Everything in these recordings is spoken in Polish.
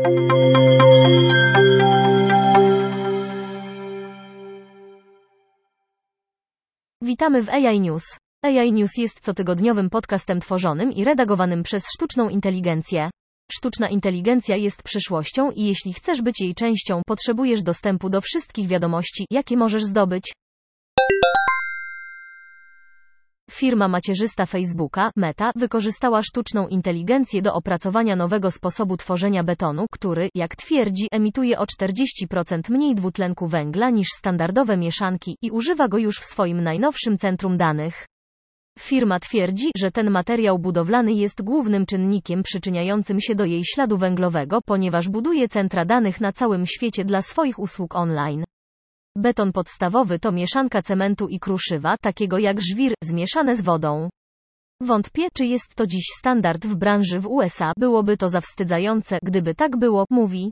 Witamy w AI News. AI News jest cotygodniowym podcastem tworzonym i redagowanym przez sztuczną inteligencję. Sztuczna inteligencja jest przyszłością i jeśli chcesz być jej częścią, potrzebujesz dostępu do wszystkich wiadomości, jakie możesz zdobyć. Firma macierzysta Facebooka, Meta, wykorzystała sztuczną inteligencję do opracowania nowego sposobu tworzenia betonu, który, jak twierdzi, emituje o 40% mniej dwutlenku węgla niż standardowe mieszanki i używa go już w swoim najnowszym centrum danych. Firma twierdzi, że ten materiał budowlany jest głównym czynnikiem przyczyniającym się do jej śladu węglowego, ponieważ buduje centra danych na całym świecie dla swoich usług online. Beton podstawowy to mieszanka cementu i kruszywa, takiego jak żwir, zmieszane z wodą. Wątpię, czy jest to dziś standard w branży w USA. Byłoby to zawstydzające, gdyby tak było, mówi.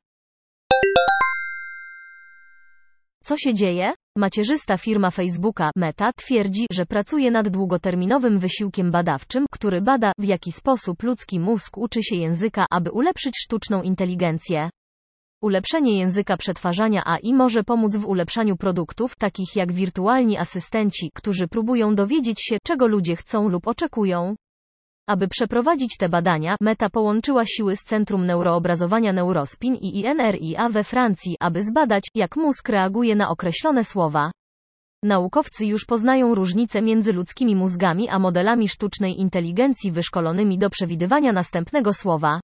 Co się dzieje? Macierzysta firma Facebooka, Meta, twierdzi, że pracuje nad długoterminowym wysiłkiem badawczym, który bada, w jaki sposób ludzki mózg uczy się języka, aby ulepszyć sztuczną inteligencję. Ulepszenie języka przetwarzania AI może pomóc w ulepszaniu produktów, takich jak wirtualni asystenci, którzy próbują dowiedzieć się, czego ludzie chcą lub oczekują. Aby przeprowadzić te badania, Meta połączyła siły z Centrum Neuroobrazowania Neurospin i INRIA we Francji, aby zbadać, jak mózg reaguje na określone słowa. Naukowcy już poznają różnice między ludzkimi mózgami a modelami sztucznej inteligencji wyszkolonymi do przewidywania następnego słowa.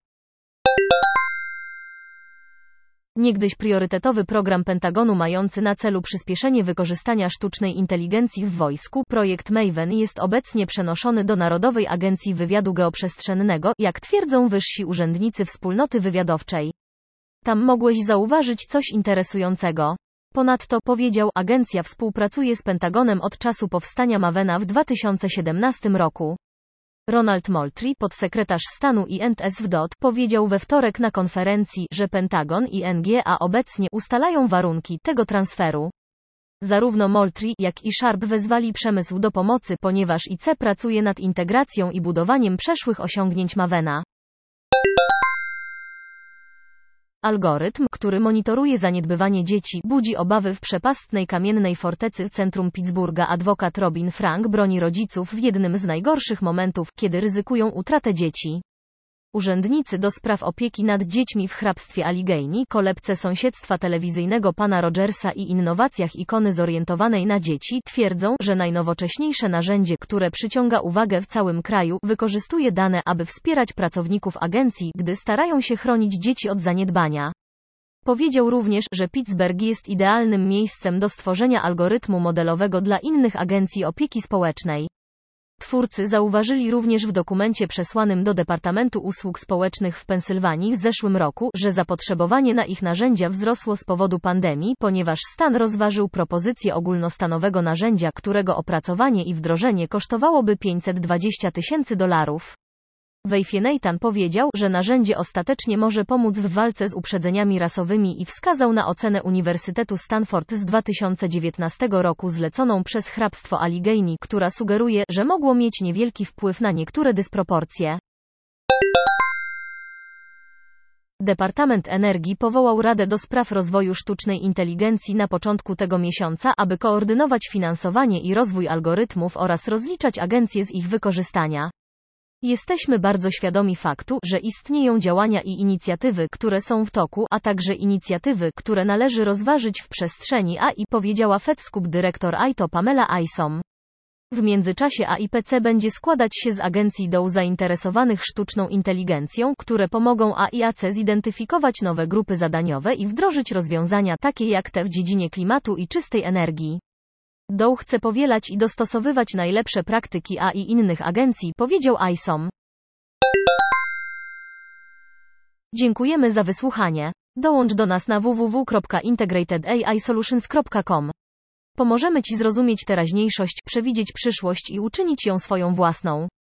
Niegdyś priorytetowy program Pentagonu mający na celu przyspieszenie wykorzystania sztucznej inteligencji w wojsku, projekt Maven, jest obecnie przenoszony do Narodowej Agencji Wywiadu Geoprzestrzennego, jak twierdzą wyżsi urzędnicy wspólnoty wywiadowczej. Tam mogłeś zauważyć coś interesującego. Ponadto, powiedział, agencja współpracuje z Pentagonem od czasu powstania Mavena w 2017 roku. Ronald Moultrie, podsekretarz stanu INTS-WDOT, powiedział we wtorek na konferencji, że Pentagon i NGA obecnie ustalają warunki tego transferu. Zarówno Moultrie, jak i Sharp wezwali przemysł do pomocy, ponieważ IC pracuje nad integracją i budowaniem przeszłych osiągnięć Mavena. Algorytm, który monitoruje zaniedbywanie dzieci, budzi obawy w przepastnej kamiennej fortecy w centrum Pittsburgha. Adwokat Robin Frank broni rodziców w jednym z najgorszych momentów, kiedy ryzykują utratę dzieci. Urzędnicy do spraw opieki nad dziećmi w hrabstwie Allegheny, kolebce sąsiedztwa telewizyjnego pana Rogersa i innowacjach ikony zorientowanej na dzieci, twierdzą, że najnowocześniejsze narzędzie, które przyciąga uwagę w całym kraju, wykorzystuje dane, aby wspierać pracowników agencji, gdy starają się chronić dzieci od zaniedbania. Powiedział również, że Pittsburgh jest idealnym miejscem do stworzenia algorytmu modelowego dla innych agencji opieki społecznej. Twórcy zauważyli również w dokumencie przesłanym do Departamentu Usług Społecznych w Pensylwanii w zeszłym roku, że zapotrzebowanie na ich narzędzia wzrosło z powodu pandemii, ponieważ stan rozważył propozycję ogólnostanowego narzędzia, którego opracowanie i wdrożenie kosztowałoby $520,000. Nathan powiedział, że narzędzie ostatecznie może pomóc w walce z uprzedzeniami rasowymi i wskazał na ocenę Uniwersytetu Stanford z 2019 roku zleconą przez hrabstwo Allegheny, która sugeruje, że mogło mieć niewielki wpływ na niektóre dysproporcje. Departament Energii powołał Radę do spraw rozwoju sztucznej inteligencji na początku tego miesiąca, aby koordynować finansowanie i rozwój algorytmów oraz rozliczać agencje z ich wykorzystania. Jesteśmy bardzo świadomi faktu, że istnieją działania i inicjatywy, które są w toku, a także inicjatywy, które należy rozważyć w przestrzeni AI, powiedziała FedScoop dyrektor AITO Pamela Isom. W międzyczasie AIPC będzie składać się z agencji DOE zainteresowanych sztuczną inteligencją, które pomogą AIAC zidentyfikować nowe grupy zadaniowe i wdrożyć rozwiązania takie jak te w dziedzinie klimatu i czystej energii. DOE chce powielać i dostosowywać najlepsze praktyki AI innych agencji, powiedział Isom. Dziękujemy za wysłuchanie. Dołącz do nas na www.integratedAIsolutions.com. Pomożemy Ci zrozumieć teraźniejszość, przewidzieć przyszłość i uczynić ją swoją własną.